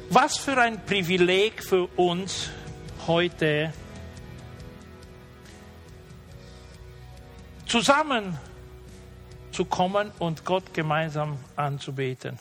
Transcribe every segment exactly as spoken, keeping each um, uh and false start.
Was für ein Privileg für uns heute, zusammen zu kommen und Gott gemeinsam anzubeten.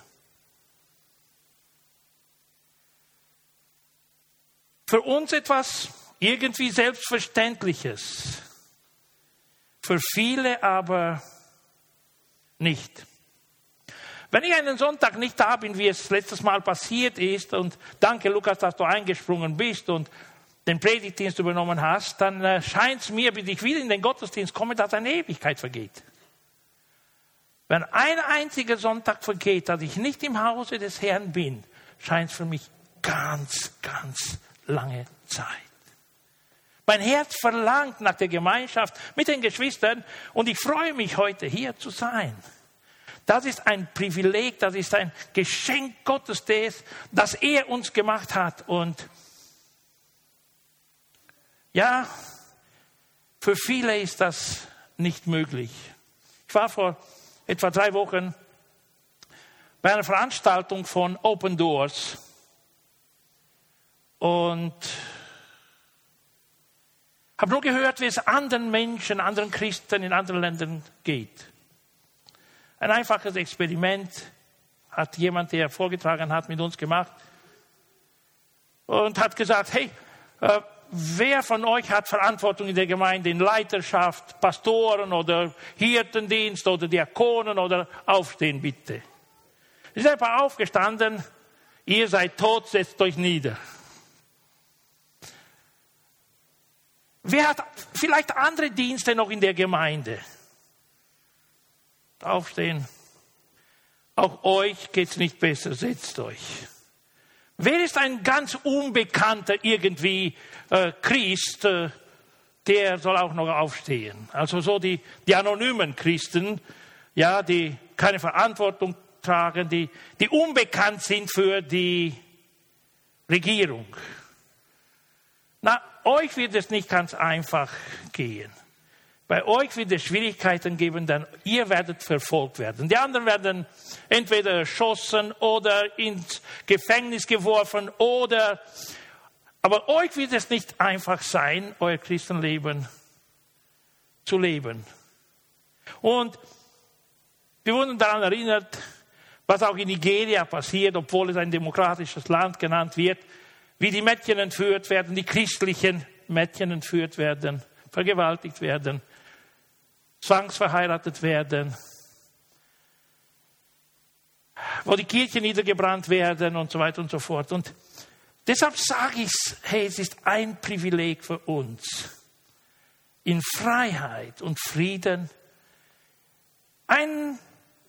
Für uns etwas irgendwie Selbstverständliches, für viele aber nicht. Wenn ich einen Sonntag nicht da bin, wie es letztes Mal passiert ist, und danke Lukas, dass du eingesprungen bist und den Predigtdienst übernommen hast, dann äh, scheint es mir, bis ich wieder in den Gottesdienst komme, dass eine Ewigkeit vergeht. Wenn ein einziger Sonntag vergeht, dass ich nicht im Hause des Herrn bin, scheint es für mich ganz, ganz lange Zeit. Mein Herz verlangt nach der Gemeinschaft mit den Geschwistern und ich freue mich, heute hier zu sein. Das ist ein Privileg, das ist ein Geschenk Gottes, das er uns gemacht hat. Und ja, für viele ist das nicht möglich. Ich war vor etwa drei Wochen bei einer Veranstaltung von Open Doors und habe nur gehört, wie es anderen Menschen, anderen Christen in anderen Ländern geht. Ein einfaches Experiment hat jemand, der vorgetragen hat, mit uns gemacht und hat gesagt, hey, äh, wer von euch hat Verantwortung in der Gemeinde, in Leiterschaft, Pastoren oder Hirtendienst oder Diakonen oder aufstehen bitte. Es ist einfach aufgestanden, ihr seid tot, setzt euch nieder. Wer hat vielleicht andere Dienste noch in der Gemeinde? Aufstehen. Auch euch geht's nicht besser, setzt euch. Wer ist ein ganz unbekannter irgendwie äh, Christ, äh, der soll auch noch aufstehen. Also so die, die anonymen Christen, ja, die keine Verantwortung tragen, die, die unbekannt sind für die Regierung. Na, euch wird es nicht ganz einfach gehen. Bei euch wird es Schwierigkeiten geben, denn ihr werdet verfolgt werden. Die anderen werden entweder erschossen oder ins Gefängnis geworfen oder, aber euch wird es nicht einfach sein, euer Christenleben zu leben. Und wir wurden daran erinnert, was auch in Nigeria passiert, obwohl es ein demokratisches Land genannt wird, wie die Mädchen entführt werden, die christlichen Mädchen entführt werden, vergewaltigt werden, zwangsverheiratet werden, wo die Kirchen niedergebrannt werden und so weiter und so fort. Und deshalb sage ich, hey, es ist ein Privileg für uns, in Freiheit und Frieden einen,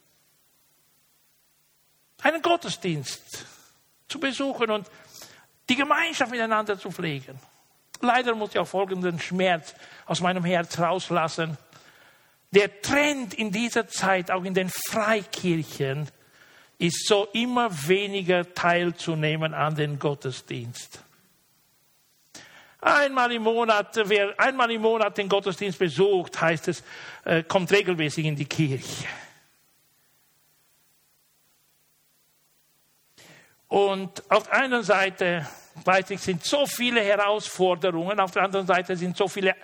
einen Gottesdienst zu besuchen und die Gemeinschaft miteinander zu pflegen. Leider muss ich auch folgenden Schmerz aus meinem Herz rauslassen. Der Trend in dieser Zeit, auch in den Freikirchen, ist so immer weniger teilzunehmen an den Gottesdienst. Einmal im Monat, wer einmal im Monat den Gottesdienst besucht, heißt es, äh, kommt regelmäßig in die Kirche. Und auf der einen Seite, weiß ich, sind so viele Herausforderungen, auf der anderen Seite sind so viele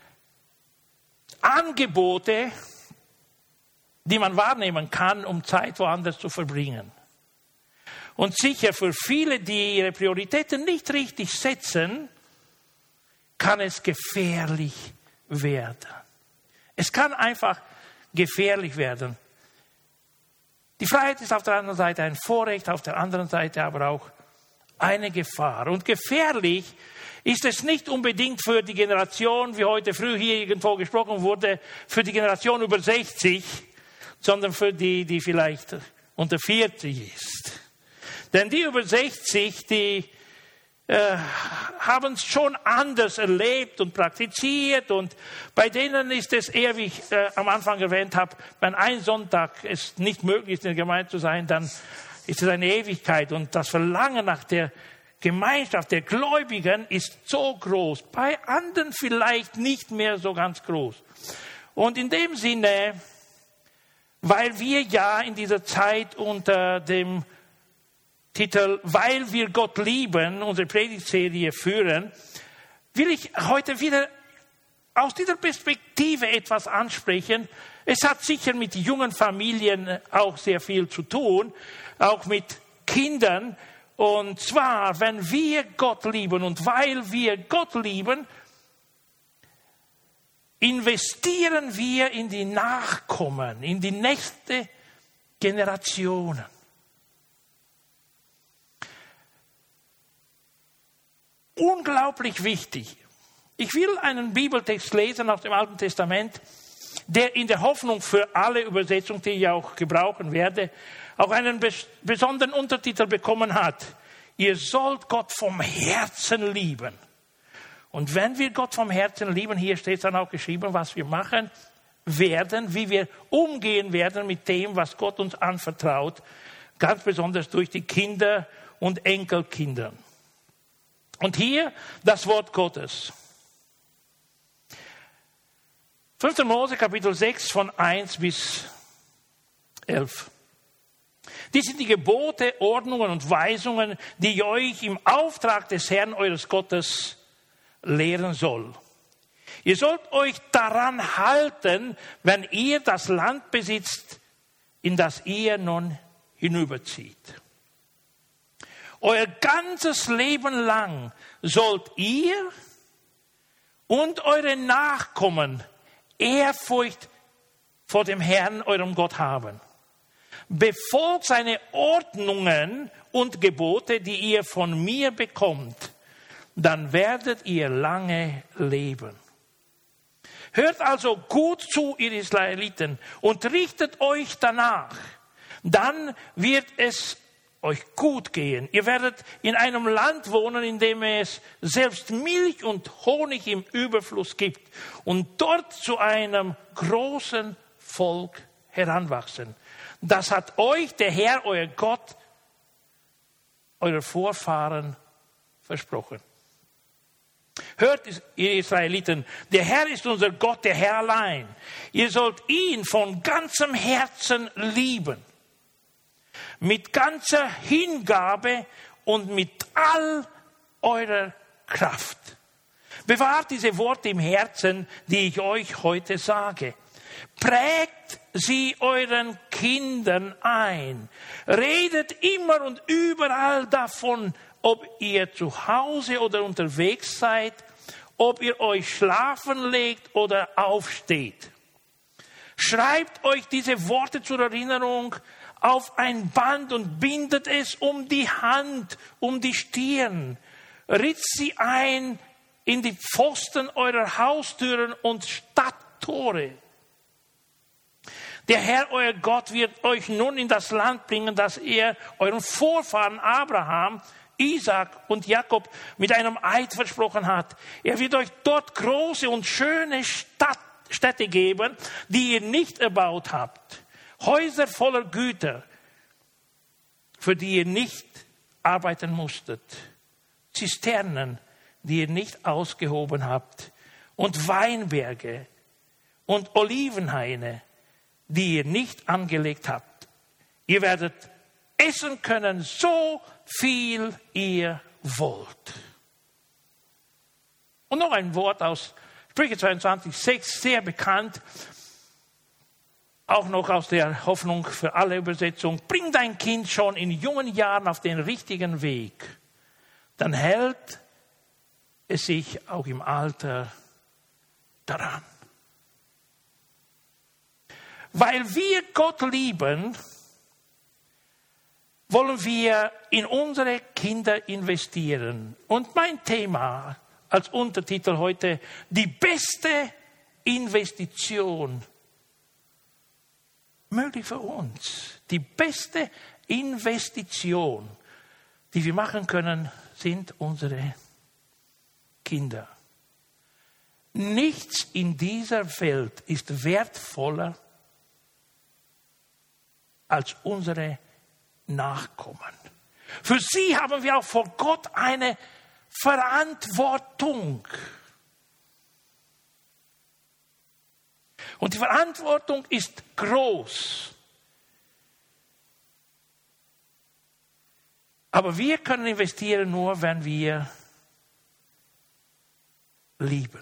Angebote, die man wahrnehmen kann, um Zeit woanders zu verbringen. Und sicher für viele, die ihre Prioritäten nicht richtig setzen, kann es gefährlich werden. Es kann einfach gefährlich werden. Die Freiheit ist auf der anderen Seite ein Vorrecht, auf der anderen Seite aber auch eine Gefahr. Und gefährlich ist es nicht unbedingt für die Generation, wie heute früh hier irgendwo gesprochen wurde, für die Generation über sechzig, sondern für die, die vielleicht unter vierzig ist. Denn die über sechzig, die äh, haben es schon anders erlebt und praktiziert. Und bei denen ist es eher, wie ich äh, am Anfang erwähnt habe, wenn ein Sonntag es nicht möglich ist, in der Gemeinde zu sein, dann ist es eine Ewigkeit. Und das Verlangen nach der Gemeinschaft der Gläubigen ist so groß. Bei anderen vielleicht nicht mehr so ganz groß. Und in dem Sinne, weil wir ja in dieser Zeit unter dem Titel Weil wir Gott lieben, unsere Predigtserie führen, will ich heute wieder aus dieser Perspektive etwas ansprechen. Es hat sicher mit jungen Familien auch sehr viel zu tun, auch mit Kindern. Und zwar, wenn wir Gott lieben und weil wir Gott lieben, investieren wir in die Nachkommen, in die nächste Generation. Unglaublich wichtig. Ich will einen Bibeltext lesen aus dem Alten Testament, der in der Hoffnung für alle Übersetzungen, die ich auch gebrauchen werde, auch einen bes- besonderen Untertitel bekommen hat. Ihr sollt Gott vom Herzen lieben. Und wenn wir Gott vom Herzen lieben, hier steht dann auch geschrieben, was wir machen werden, wie wir umgehen werden mit dem, was Gott uns anvertraut, ganz besonders durch die Kinder und Enkelkinder. Und hier das Wort Gottes. fünfter Mose, Kapitel sechs, von eins bis elf. Dies sind die Gebote, Ordnungen und Weisungen, die ich euch im Auftrag des Herrn eures Gottes lehren soll. Ihr sollt euch daran halten, wenn ihr das Land besitzt, in das ihr nun hinüberzieht. Euer ganzes Leben lang sollt ihr und eure Nachkommen Ehrfurcht vor dem Herrn, eurem Gott, haben. Befolgt seine Ordnungen und Gebote, die ihr von mir bekommt, dann werdet ihr lange leben. Hört also gut zu, ihr Israeliten, und richtet euch danach. Dann wird es euch gut gehen. Ihr werdet in einem Land wohnen, in dem es selbst Milch und Honig im Überfluss gibt und dort zu einem großen Volk heranwachsen. Das hat euch der Herr, euer Gott, eure Vorfahren versprochen. Hört, ihr Israeliten, der Herr ist unser Gott, der Herr allein. Ihr sollt ihn von ganzem Herzen lieben. Mit ganzer Hingabe und mit all eurer Kraft. Bewahrt diese Worte im Herzen, die ich euch heute sage. Prägt sie euren Kindern ein. Redet immer und überall davon, ob ihr zu Hause oder unterwegs seid, ob ihr euch schlafen legt oder aufsteht. Schreibt euch diese Worte zur Erinnerung auf ein Band und bindet es um die Hand, um die Stirn. Ritzt sie ein in die Pfosten eurer Haustüren und Stadttore. Der Herr, euer Gott, wird euch nun in das Land bringen, das er euren Vorfahren Abraham, Isaak und Jakob mit einem Eid versprochen hat. Er wird euch dort große und schöne Stadt, Städte geben, die ihr nicht erbaut habt. Häuser voller Güter, für die ihr nicht arbeiten musstet. Zisternen, die ihr nicht ausgehoben habt. Und Weinberge und Olivenhaine, die ihr nicht angelegt habt. Ihr werdet essen können, so viel ihr wollt. Und noch ein Wort aus Sprüche zweiundzwanzig, sechs, sehr bekannt. Auch noch aus der Hoffnung für alle Übersetzung. Bring dein Kind schon in jungen Jahren auf den richtigen Weg. Dann hält es sich auch im Alter daran. Weil wir Gott lieben, wollen wir in unsere Kinder investieren. Und mein Thema als Untertitel heute, die beste Investition möglich für uns. Die beste Investition, die wir machen können, sind unsere Kinder. Nichts in dieser Welt ist wertvoller als unsere Nachkommen. Für sie haben wir auch vor Gott eine Verantwortung. Und die Verantwortung ist groß. Aber wir können investieren nur, wenn wir lieben.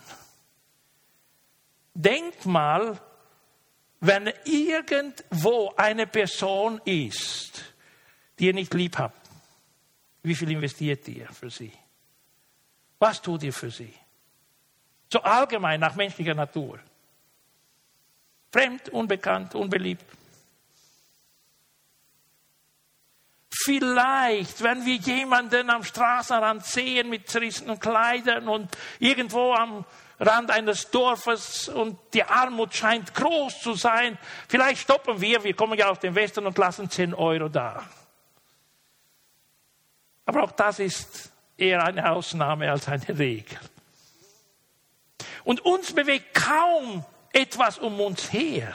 Denkt mal, wenn irgendwo eine Person ist, die ihr nicht lieb habt, wie viel investiert ihr für sie? Was tut ihr für sie? So allgemein, nach menschlicher Natur. Fremd, unbekannt, unbeliebt. Vielleicht, wenn wir jemanden am Straßenrand sehen mit zerrissenen Kleidern und irgendwo am Rand eines Dorfes und die Armut scheint groß zu sein, vielleicht stoppen wir, wir kommen ja aus dem Westen und lassen zehn Euro da. Aber auch das ist eher eine Ausnahme als eine Regel. Und uns bewegt kaum etwas um uns her.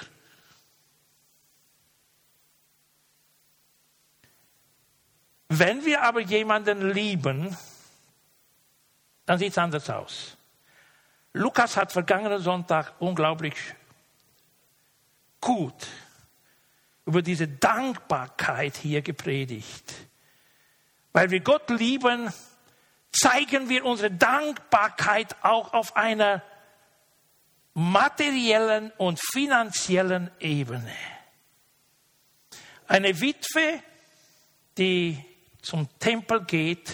Wenn wir aber jemanden lieben, dann sieht es anders aus. Lukas hat vergangenen Sonntag unglaublich gut über diese Dankbarkeit hier gepredigt. Weil wir Gott lieben, zeigen wir unsere Dankbarkeit auch auf einer materiellen und finanziellen Ebene. Eine Witwe, die zum Tempel geht,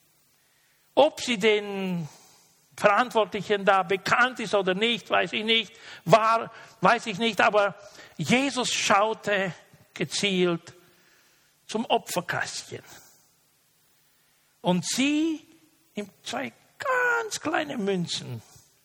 ob sie den Verantwortlichen da bekannt ist oder nicht, weiß ich nicht, war, weiß ich nicht, aber Jesus schaute gezielt zum Opferkastchen. Und sie nimmt zwei ganz kleine Münzen,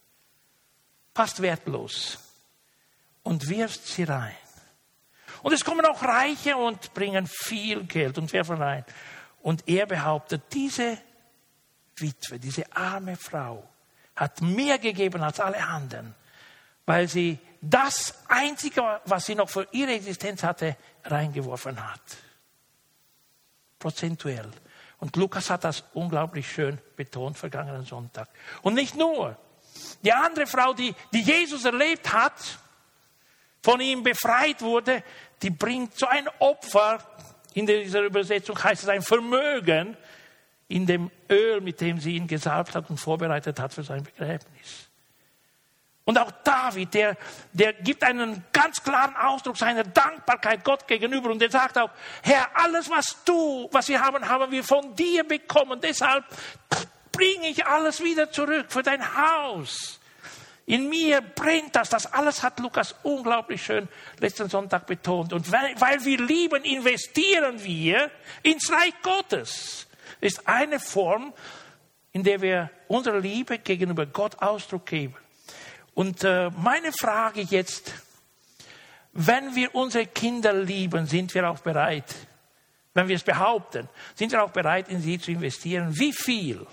fast wertlos, und wirft sie rein. Und es kommen auch Reiche und bringen viel Geld und werfen rein. Und er behauptet, diese Witwe, diese arme Frau, hat mehr gegeben als alle anderen, weil sie das Einzige, was sie noch für ihre Existenz hatte, reingeworfen hat. Prozentuell. Und Lukas hat das unglaublich schön betont vergangenen Sonntag. Und nicht nur. Die andere Frau, die, die Jesus erlebt hat, von ihm befreit wurde, die bringt so ein Opfer, in dieser Übersetzung heißt es ein Vermögen, in dem Öl, mit dem sie ihn gesalbt hat und vorbereitet hat für sein Begräbnis. Und auch David, der, der gibt einen ganz klaren Ausdruck seiner Dankbarkeit Gott gegenüber. Und er sagt auch, Herr, alles, was du, was wir haben, haben wir von dir bekommen. Deshalb bringe ich alles wieder zurück für dein Haus. In mir brennt das. Das alles hat Lukas unglaublich schön letzten Sonntag betont. Und weil, weil wir lieben, investieren wir ins Reich Gottes. Ist eine Form, in der wir unsere Liebe gegenüber Gott Ausdruck geben. Und äh, meine Frage jetzt, wenn wir unsere Kinder lieben, sind wir auch bereit, wenn wir es behaupten, sind wir auch bereit, in sie zu investieren? Wie viel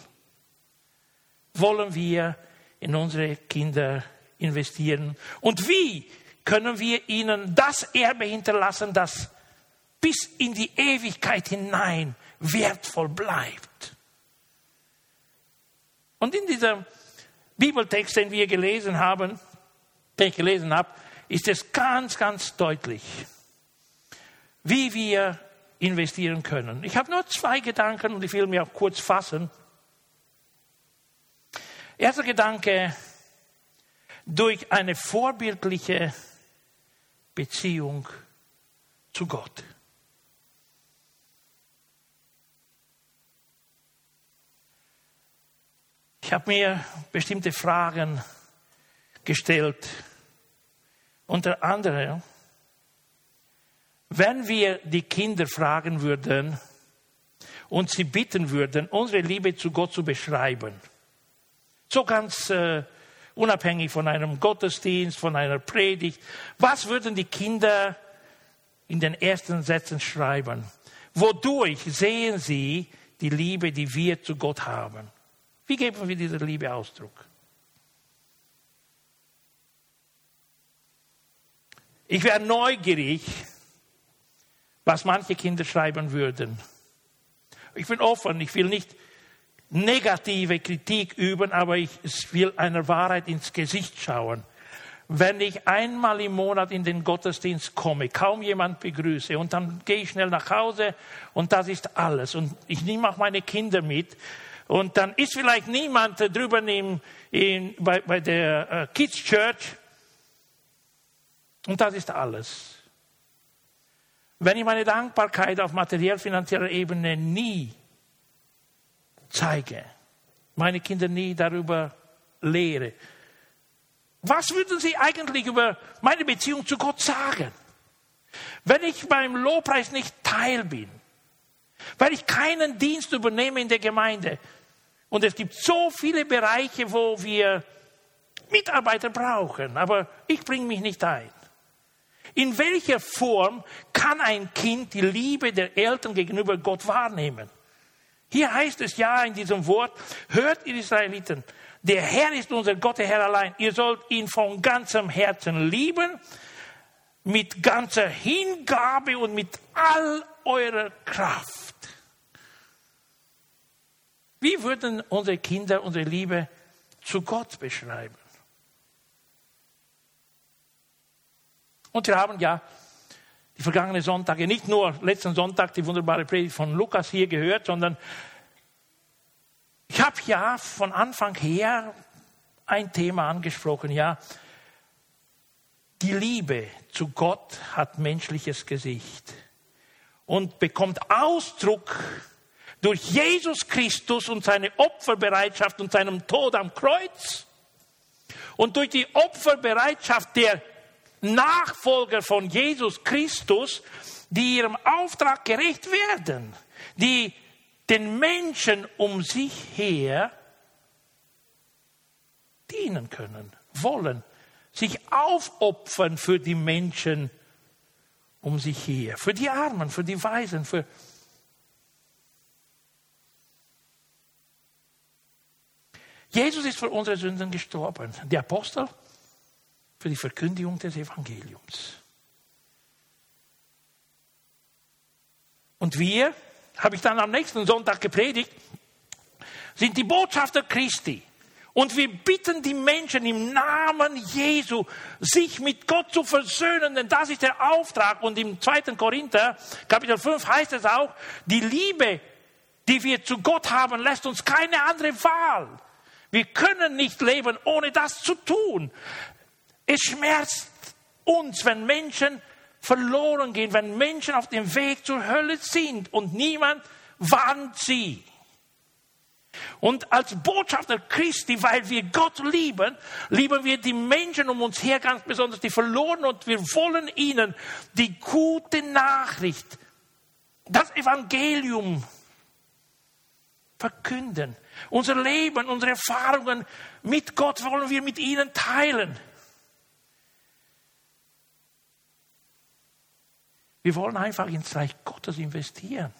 wollen wir in unsere Kinder investieren? Und wie können wir ihnen das Erbe hinterlassen, das bis in die Ewigkeit hinein wertvoll bleibt? Und in diesem Bibeltext, den wir gelesen haben, den ich gelesen habe, ist es ganz, ganz deutlich, wie wir investieren können. Ich habe nur zwei Gedanken und ich will mir auch kurz fassen. Erster Gedanke, durch eine vorbildliche Beziehung zu Gott. Ich habe mir bestimmte Fragen gestellt. Unter anderem, wenn wir die Kinder fragen würden und sie bitten würden, unsere Liebe zu Gott zu beschreiben, so ganz äh, unabhängig von einem Gottesdienst, von einer Predigt, was würden die Kinder in den ersten Sätzen schreiben? Wodurch sehen sie die Liebe, die wir zu Gott haben? Wie geben wir dieser Liebe Ausdruck? Ich wäre neugierig, was manche Kinder schreiben würden. Ich bin offen, ich will nicht negative Kritik üben, aber ich will einer Wahrheit ins Gesicht schauen. wenn ich einmal im Monat in den Gottesdienst komme, kaum jemand begrüße und dann gehe ich schnell nach Hause und das ist alles. Und ich nehme auch meine Kinder mit und dann ist vielleicht niemand drüben in, in, bei, bei der äh, Kids Church und das ist alles. Wenn ich meine Dankbarkeit auf materiell-finanzieller Ebene nie zeige, meine Kinder nie darüber lehre, was würden Sie eigentlich über meine Beziehung zu Gott sagen? Wenn ich beim Lobpreis nicht Teil bin, weil ich keinen Dienst übernehme in der Gemeinde. Und es gibt so viele Bereiche, wo wir Mitarbeiter brauchen, aber ich bringe mich nicht ein. In welcher Form kann ein Kind die Liebe der Eltern gegenüber Gott wahrnehmen? Hier heißt es ja in diesem Wort, hört ihr Israeliten, der Herr ist unser Gott, der Herr allein. Ihr sollt ihn von ganzem Herzen lieben, mit ganzer Hingabe und mit all eurer Kraft. Wie würden unsere Kinder unsere Liebe zu Gott beschreiben? Und wir haben ja die vergangenen Sonntage, nicht nur letzten Sonntag die wunderbare Predigt von Lukas hier gehört, sondern ich habe ja von Anfang her ein Thema angesprochen, ja. Die Liebe zu Gott hat menschliches Gesicht und bekommt Ausdruck durch Jesus Christus und seine Opferbereitschaft und seinem Tod am Kreuz und durch die Opferbereitschaft der Nachfolger von Jesus Christus, die ihrem Auftrag gerecht werden, die den Menschen um sich her dienen können, wollen, sich aufopfern für die Menschen um sich her, für die Armen, für die Waisen, für Jesus ist für unsere Sünden gestorben. Die Apostel für die Verkündigung des Evangeliums. Und wir, habe ich dann am nächsten Sonntag gepredigt, sind die Botschafter Christi. Und wir bitten die Menschen im Namen Jesu, sich mit Gott zu versöhnen, denn das ist der Auftrag. Und im zweiten Korinther, Kapitel fünf, heißt es auch, die Liebe, die wir zu Gott haben, lässt uns keine andere Wahl. Wir können nicht leben, ohne das zu tun. Es schmerzt uns, wenn Menschen verloren gehen, wenn Menschen auf dem Weg zur Hölle sind und niemand warnt sie. Und als Botschafter Christi, weil wir Gott lieben, lieben wir die Menschen um uns her, ganz besonders die Verlorenen, und wir wollen ihnen die gute Nachricht, das Evangelium verkünden. Unser Leben, unsere Erfahrungen mit Gott wollen wir mit ihnen teilen. Wir wollen einfach ins Reich Gottes investieren.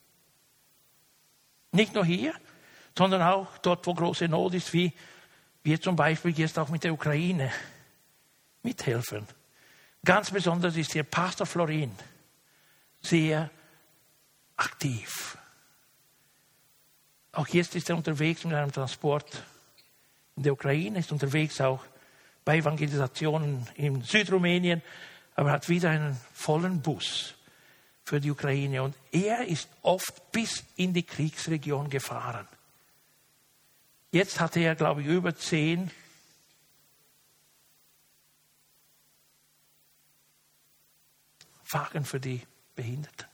Nicht nur hier, sondern auch dort, wo große Not ist, wie wir zum Beispiel jetzt auch mit der Ukraine mithelfen. Ganz besonders ist hier Pastor Florin sehr aktiv. Auch jetzt ist er unterwegs mit einem Transport in der Ukraine, ist unterwegs auch bei Evangelisationen in Südrumänien, aber hat wieder einen vollen Bus für die Ukraine. Und er ist oft bis in die Kriegsregion gefahren. Jetzt hatte er, glaube ich, über zehn Wagen für die Behinderten.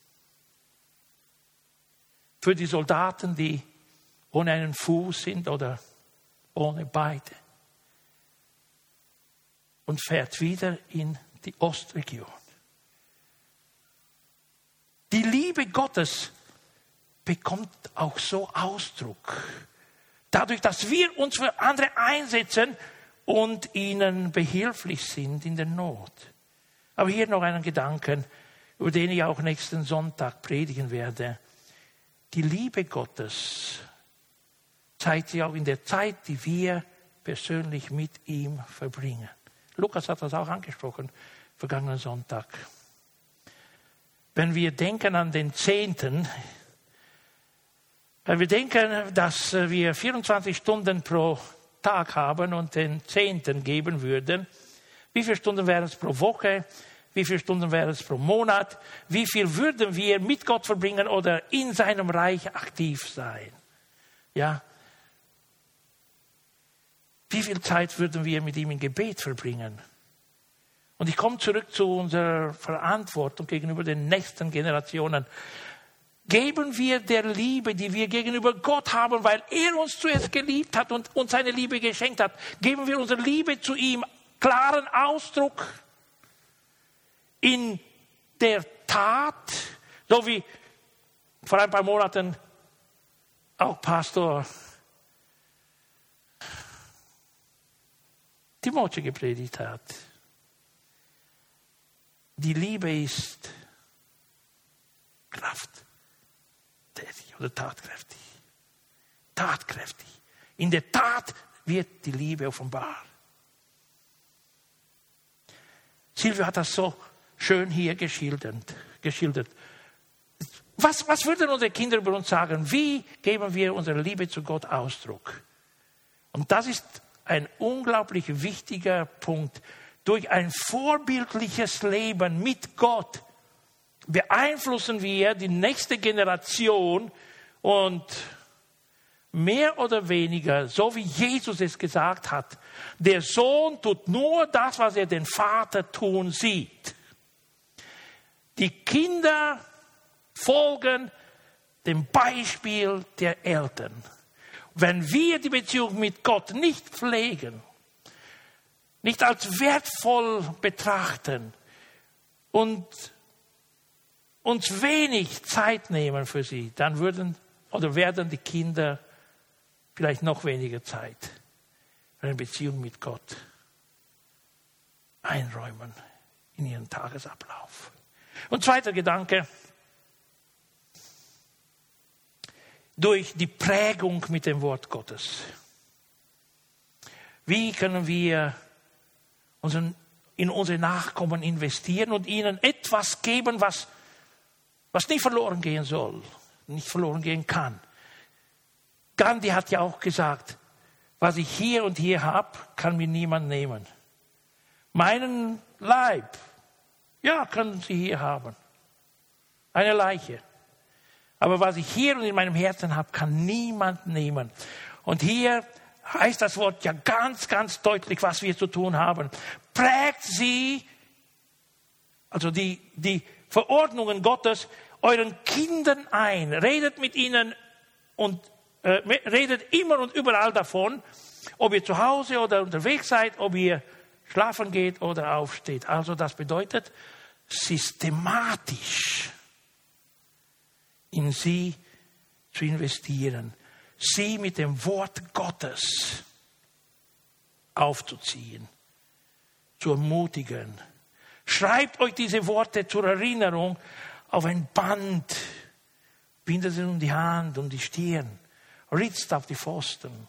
Für die Soldaten, die ohne einen Fuß sind oder ohne beide. Und fährt wieder in die Ostregion. Die Liebe Gottes bekommt auch so Ausdruck. Dadurch, dass wir uns für andere einsetzen und ihnen behilflich sind in der Not. Aber hier noch einen Gedanken, über den ich auch nächsten Sonntag predigen werde. Die Liebe Gottes zeigt sich auch in der Zeit, die wir persönlich mit ihm verbringen. Lukas hat das auch angesprochen, vergangenen Sonntag. Wenn wir denken an den Zehnten, wenn wir denken, dass wir vierundzwanzig Stunden pro Tag haben und den Zehnten geben würden, Wie viele Stunden wären es pro Woche? Wie viele Stunden wären es pro Monat? Wie viel würden wir mit Gott verbringen oder in seinem Reich aktiv sein? Ja. Wie viel Zeit würden wir mit ihm im Gebet verbringen? Und ich komme zurück zu unserer Verantwortung gegenüber den nächsten Generationen. Geben wir der Liebe, die wir gegenüber Gott haben, weil er uns zuerst geliebt hat und uns seine Liebe geschenkt hat, geben wir unsere Liebe zu ihm klaren Ausdruck in der Tat, so wie vor ein paar Monaten auch Pastor Timotheus gepredigt hat. Die Liebe ist krafttätig oder tatkräftig. Tatkräftig. In der Tat wird die Liebe offenbar. Silvio hat das so schön hier geschildert. geschildert. Was, was würden unsere Kinder über uns sagen? Wie geben wir unserer Liebe zu Gott Ausdruck? Und das ist ein unglaublich wichtiger Punkt. Durch ein vorbildliches Leben mit Gott beeinflussen wir die nächste Generation und mehr oder weniger, so wie Jesus es gesagt hat, der Sohn tut nur das, was er den Vater tun sieht. Die Kinder folgen dem Beispiel der Eltern. Wenn wir die Beziehung mit Gott nicht pflegen, nicht als wertvoll betrachten und uns wenig Zeit nehmen für sie, dann würden oder werden die Kinder vielleicht noch weniger Zeit für eine Beziehung mit Gott einräumen in ihren Tagesablauf. Und zweiter Gedanke, durch die Prägung mit dem Wort Gottes. Wie können wir unseren, in unsere Nachkommen investieren und ihnen etwas geben, was, was nicht verloren gehen soll, nicht verloren gehen kann. Gandhi hat ja auch gesagt, was ich hier und hier habe, kann mir niemand nehmen. Meinen Leib, ja, können Sie hier haben. Eine Leiche. Aber was ich hier und in meinem Herzen habe, kann niemand nehmen. Und hier heißt das Wort ja ganz, ganz deutlich, was wir zu tun haben. Prägt sie, also die, die Verordnungen Gottes, euren Kindern ein. Redet mit ihnen und äh, redet immer und überall davon, ob ihr zu Hause oder unterwegs seid, ob ihr schlafen geht oder aufsteht. Also das bedeutet, systematisch in sie zu investieren, sie mit dem Wort Gottes aufzuziehen, zu ermutigen. Schreibt euch diese Worte zur Erinnerung auf ein Band, bindet sie um die Hand, um die Stirn, ritzt auf die Pfosten.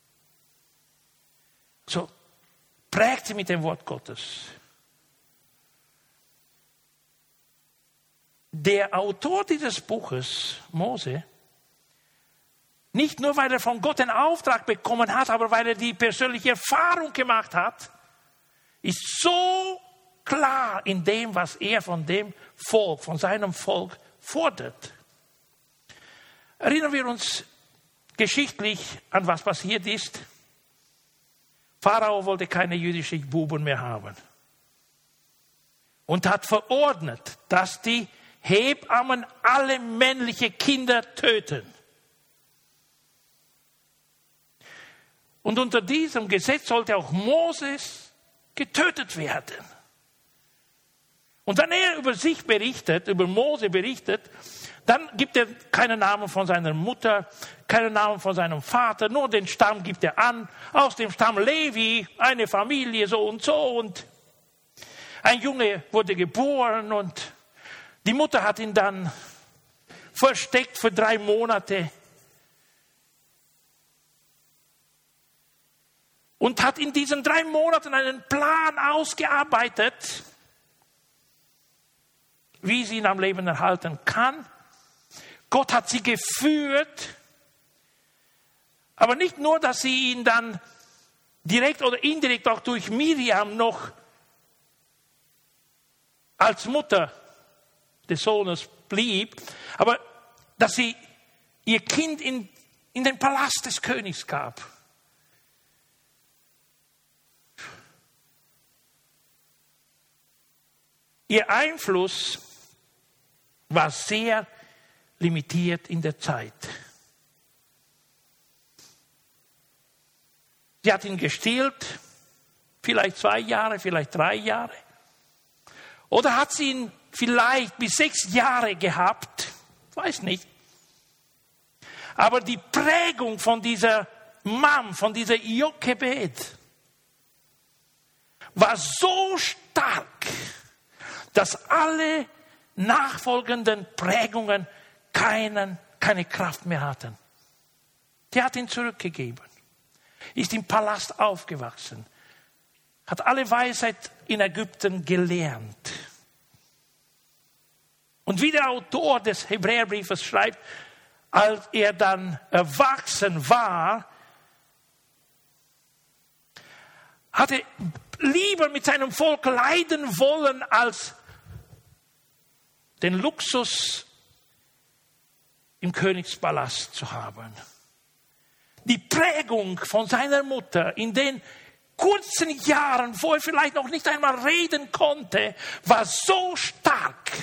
So, prägt sie mit dem Wort Gottes. Der Autor dieses Buches, Mose, nicht nur, weil er von Gott den Auftrag bekommen hat, aber weil er die persönliche Erfahrung gemacht hat, ist so klar in dem, was er von dem Volk, von seinem Volk fordert. Erinnern wir uns geschichtlich an was passiert ist. Pharao wollte keine jüdischen Buben mehr haben und hat verordnet, dass die Hebammen alle männliche Kinder töten. Und unter diesem Gesetz sollte auch Moses getötet werden. Und wenn er über sich berichtet, über Mose berichtet, dann gibt er keinen Namen von seiner Mutter, keinen Namen von seinem Vater, nur den Stamm gibt er an. Aus dem Stamm Levi, eine Familie so und so. Und ein Junge wurde geboren und die Mutter hat ihn dann versteckt für drei Monate und hat in diesen drei Monaten einen Plan ausgearbeitet, wie sie ihn am Leben erhalten kann. Gott hat sie geführt, aber nicht nur, dass sie ihn dann direkt oder indirekt auch durch Miriam noch als Mutter des Sohnes blieb, aber dass sie ihr Kind in, in den Palast des Königs gab. Ihr Einfluss war sehr limitiert in der Zeit. Sie hat ihn gestillt, vielleicht zwei Jahre, vielleicht drei Jahre. Oder hat sie ihn vielleicht bis sechs Jahre gehabt, weiß nicht. Aber die Prägung von dieser Mom, von dieser Jochebed, war so stark, dass alle nachfolgenden Prägungen keinen, keine Kraft mehr hatten. Die hat ihn zurückgegeben, ist im Palast aufgewachsen, hat alle Weisheit in Ägypten gelernt. Und wie der Autor des Hebräerbriefes schreibt, als er dann erwachsen war, hat er lieber mit seinem Volk leiden wollen, als den Luxus im Königspalast zu haben. Die Prägung von seiner Mutter in den kurzen Jahren, wo er vielleicht noch nicht einmal reden konnte, war so stark,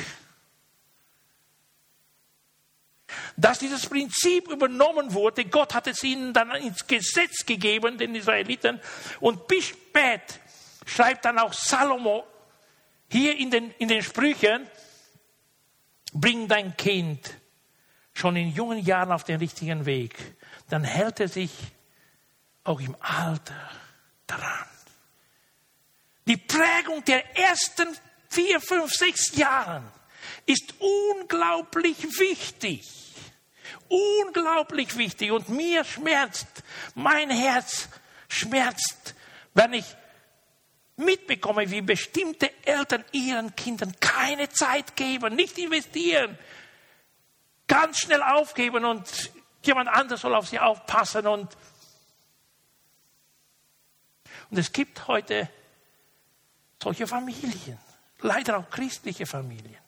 dass dieses Prinzip übernommen wurde. Gott hat es ihnen dann ins Gesetz gegeben, den Israeliten. Und bis spät schreibt dann auch Salomo hier in den, in den Sprüchen, bring dein Kind schon in jungen Jahren auf den richtigen Weg. Dann hält er sich auch im Alter daran. Die Prägung der ersten vier, fünf, sechs Jahren ist unglaublich wichtig. Unglaublich wichtig. Und mir schmerzt, mein Herz schmerzt, wenn ich mitbekomme, wie bestimmte Eltern ihren Kindern keine Zeit geben, nicht investieren, ganz schnell aufgeben und jemand anderes soll auf sie aufpassen. Und, und es gibt heute solche Familien, leider auch christliche Familien.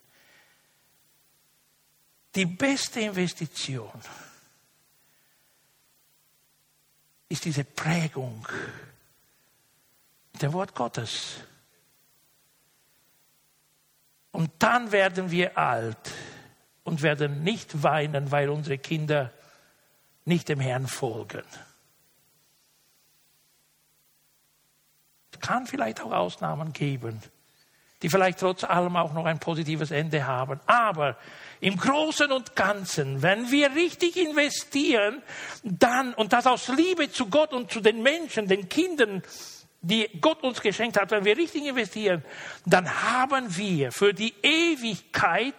Die beste Investition ist diese Prägung der Wort Gottes. Und dann werden wir alt und werden nicht weinen, weil unsere Kinder nicht dem Herrn folgen. Es kann vielleicht auch Ausnahmen geben, die vielleicht trotz allem auch noch ein positives Ende haben. Aber im Großen und Ganzen, wenn wir richtig investieren, dann, und das aus Liebe zu Gott und zu den Menschen, den Kindern, die Gott uns geschenkt hat, wenn wir richtig investieren, dann haben wir für die Ewigkeit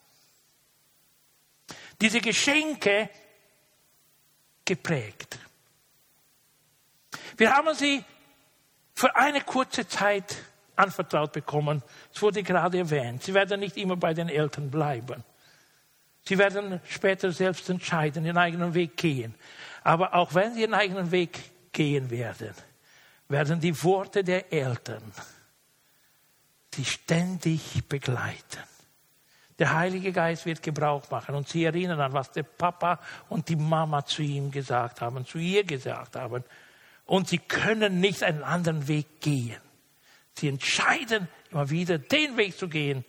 diese Geschenke geprägt. Wir haben sie für eine kurze Zeit anvertraut bekommen. Es wurde gerade erwähnt. Sie werden nicht immer bei den Eltern bleiben. Sie werden später selbst entscheiden, ihren eigenen Weg gehen. Aber auch wenn sie ihren eigenen Weg gehen werden, werden die Worte der Eltern sie ständig begleiten. Der Heilige Geist wird Gebrauch machen und sie erinnern an, was der Papa und die Mama zu ihm gesagt haben, zu ihr gesagt haben. Und sie können nicht einen anderen Weg gehen. Sie entscheiden immer wieder, den Weg zu gehen,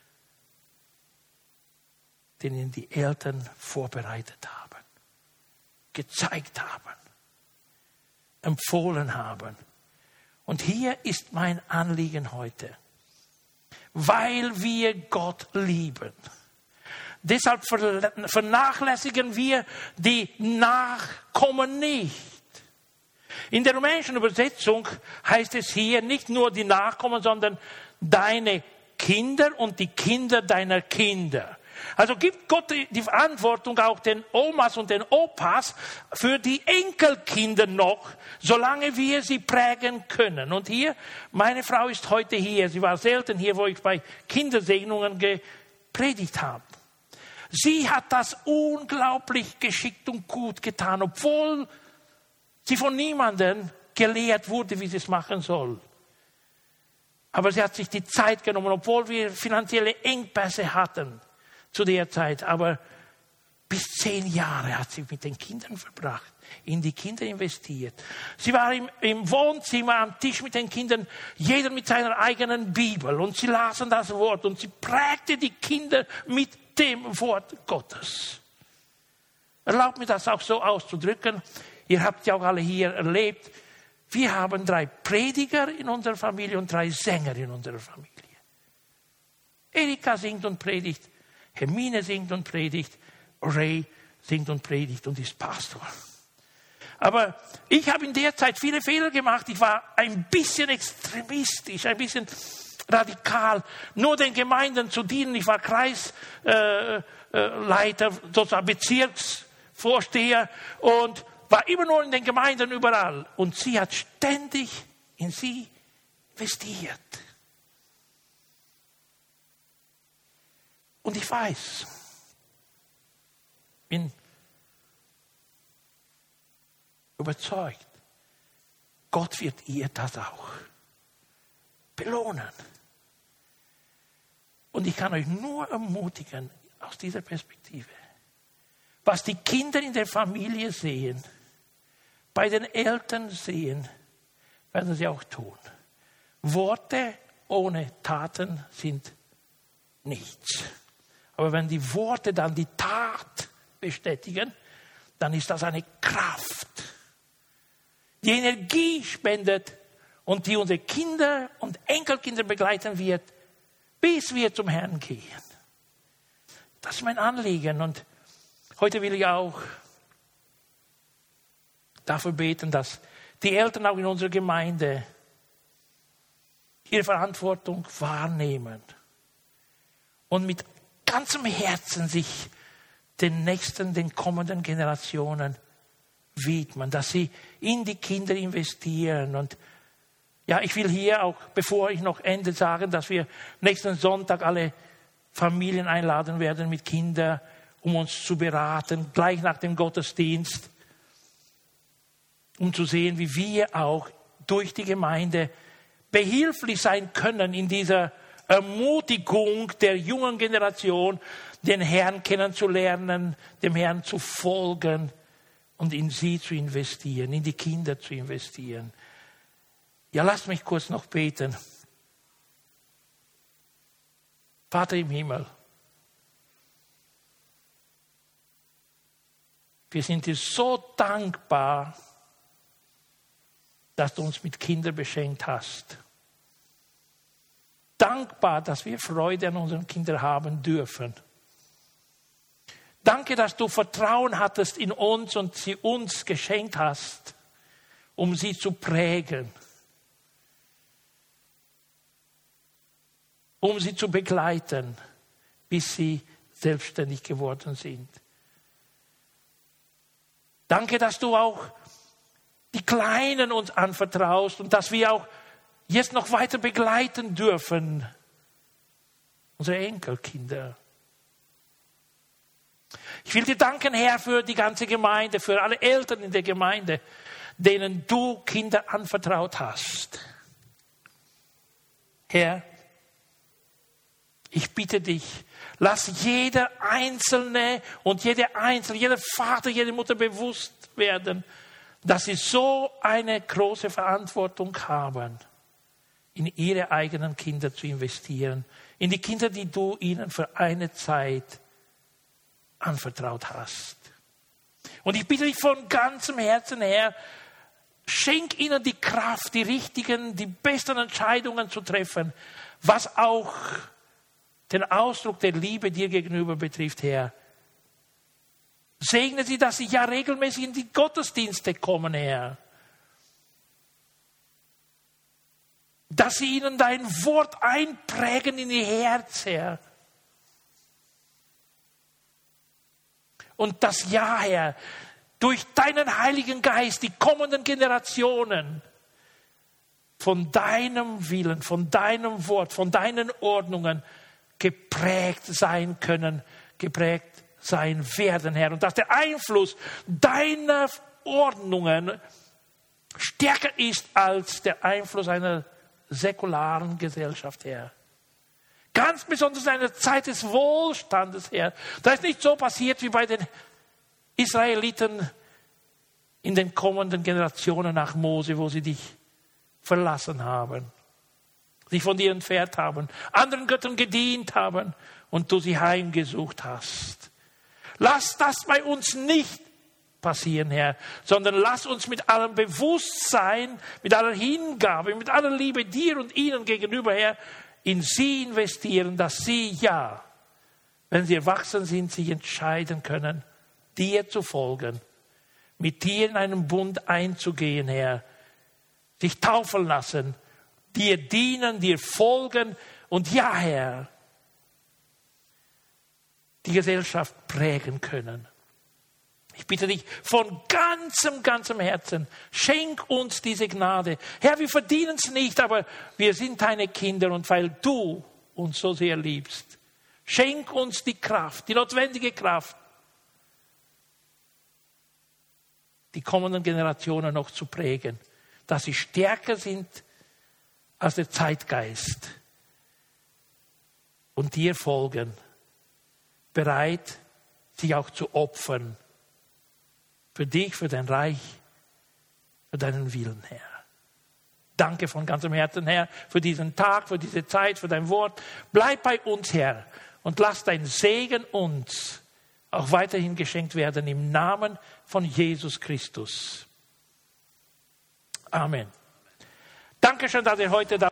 den ihnen die Eltern vorbereitet haben, gezeigt haben, empfohlen haben. Und hier ist mein Anliegen heute. Weil wir Gott lieben. Deshalb vernachlässigen wir die Nachkommen nicht. In der rumänischen Übersetzung heißt es hier nicht nur die Nachkommen, sondern deine Kinder und die Kinder deiner Kinder. Also gibt Gott die Verantwortung auch den Omas und den Opas für die Enkelkinder noch, solange wir sie prägen können. Und hier, meine Frau ist heute hier. Sie war selten hier, wo ich bei Kindersegnungen gepredigt habe. Sie hat das unglaublich geschickt und gut getan, obwohl sie von niemandem gelehrt wurde, wie sie es machen soll. Aber sie hat sich die Zeit genommen, obwohl wir finanzielle Engpässe hatten zu der Zeit. Aber bis zehn Jahre hat sie mit den Kindern verbracht, in die Kinder investiert. Sie war im, im Wohnzimmer am Tisch mit den Kindern, jeder mit seiner eigenen Bibel. Und sie lasen das Wort und sie prägte die Kinder mit dem Wort Gottes. Erlaubt mir das auch so auszudrücken. Ihr habt ja auch alle hier erlebt, wir haben drei Prediger in unserer Familie und drei Sänger in unserer Familie. Erika singt und predigt, Hermine singt und predigt, Ray singt und predigt und ist Pastor. Aber ich habe in der Zeit viele Fehler gemacht. Ich war ein bisschen extremistisch, ein bisschen radikal, nur den Gemeinden zu dienen. Ich war Kreisleiter, sozusagen Bezirksvorsteher und war immer nur in den Gemeinden überall. Und sie hat ständig in sie investiert. Und ich weiß, bin überzeugt, Gott wird ihr das auch belohnen. Und ich kann euch nur ermutigen, aus dieser Perspektive, was die Kinder in der Familie sehen, bei den Eltern sehen, werden sie auch tun. Worte ohne Taten sind nichts. Aber wenn die Worte dann die Tat bestätigen, dann ist das eine Kraft, die Energie spendet und die unsere Kinder und Enkelkinder begleiten wird, bis wir zum Herrn gehen. Das ist mein Anliegen und heute will ich auch dafür beten, dass die Eltern auch in unserer Gemeinde ihre Verantwortung wahrnehmen und mit ganzem Herzen sich den nächsten, den kommenden Generationen widmen, dass sie in die Kinder investieren. Und ja, ich will hier auch, bevor ich noch ende, sagen, dass wir nächsten Sonntag alle Familien einladen werden mit Kindern, um uns zu beraten, gleich nach dem Gottesdienst, um zu sehen, wie wir auch durch die Gemeinde behilflich sein können in dieser Ermutigung der jungen Generation, den Herrn kennenzulernen, dem Herrn zu folgen und in sie zu investieren, in die Kinder zu investieren. Ja, lasst mich kurz noch beten. Vater im Himmel, wir sind dir so dankbar, dass du uns mit Kindern beschenkt hast. Dankbar, dass wir Freude an unseren Kindern haben dürfen. Danke, dass du Vertrauen hattest in uns und sie uns geschenkt hast, um sie zu prägen, um sie zu begleiten, bis sie selbstständig geworden sind. Danke, dass du auch die Kleinen uns anvertraust und dass wir auch jetzt noch weiter begleiten dürfen, unsere Enkelkinder. Ich will dir danken, Herr, für die ganze Gemeinde, für alle Eltern in der Gemeinde, denen du Kinder anvertraut hast. Herr, ich bitte dich, lass jeder Einzelne und jede Einzelne, jeder Vater, jede Mutter bewusst werden, dass sie so eine große Verantwortung haben, in ihre eigenen Kinder zu investieren, in die Kinder, die du ihnen für eine Zeit anvertraut hast. Und ich bitte dich von ganzem Herzen her, schenk ihnen die Kraft, die richtigen, die besten Entscheidungen zu treffen, was auch den Ausdruck der Liebe dir gegenüber betrifft, Herr. Segne sie, dass sie ja regelmäßig in die Gottesdienste kommen, Herr. Dass sie ihnen dein Wort einprägen in ihr Herz, Herr. Und das Ja, Herr, durch deinen Heiligen Geist die kommenden Generationen von deinem Willen, von deinem Wort, von deinen Ordnungen geprägt sein können, geprägt sein werden, Herr. Und dass der Einfluss deiner Ordnungen stärker ist als der Einfluss einer säkularen Gesellschaft, Herr. Ganz besonders in einer Zeit des Wohlstandes, Herr. Da ist nicht so passiert wie bei den Israeliten in den kommenden Generationen nach Mose, wo sie dich verlassen haben, sich von dir entfernt haben, anderen Göttern gedient haben und du sie heimgesucht hast. Lass das bei uns nicht passieren, Herr, sondern lass uns mit allem Bewusstsein, mit aller Hingabe, mit aller Liebe dir und ihnen gegenüber, Herr, in sie investieren, dass sie, ja, wenn sie erwachsen sind, sich entscheiden können, dir zu folgen, mit dir in einen Bund einzugehen, Herr, sich taufen lassen, dir dienen, dir folgen und ja, Herr, die Gesellschaft prägen können. Ich bitte dich von ganzem, ganzem Herzen, schenk uns diese Gnade. Herr, wir verdienen es nicht, aber wir sind deine Kinder und weil du uns so sehr liebst, schenk uns die Kraft, die notwendige Kraft, die kommenden Generationen noch zu prägen, dass sie stärker sind als der Zeitgeist und dir folgen, bereit, sich auch zu opfern, für dich, für dein Reich, für deinen Willen, Herr. Danke von ganzem Herzen, Herr, für diesen Tag, für diese Zeit, für dein Wort. Bleib bei uns, Herr, und lass dein Segen uns auch weiterhin geschenkt werden im Namen von Jesus Christus. Amen. Dankeschön, dass ihr heute da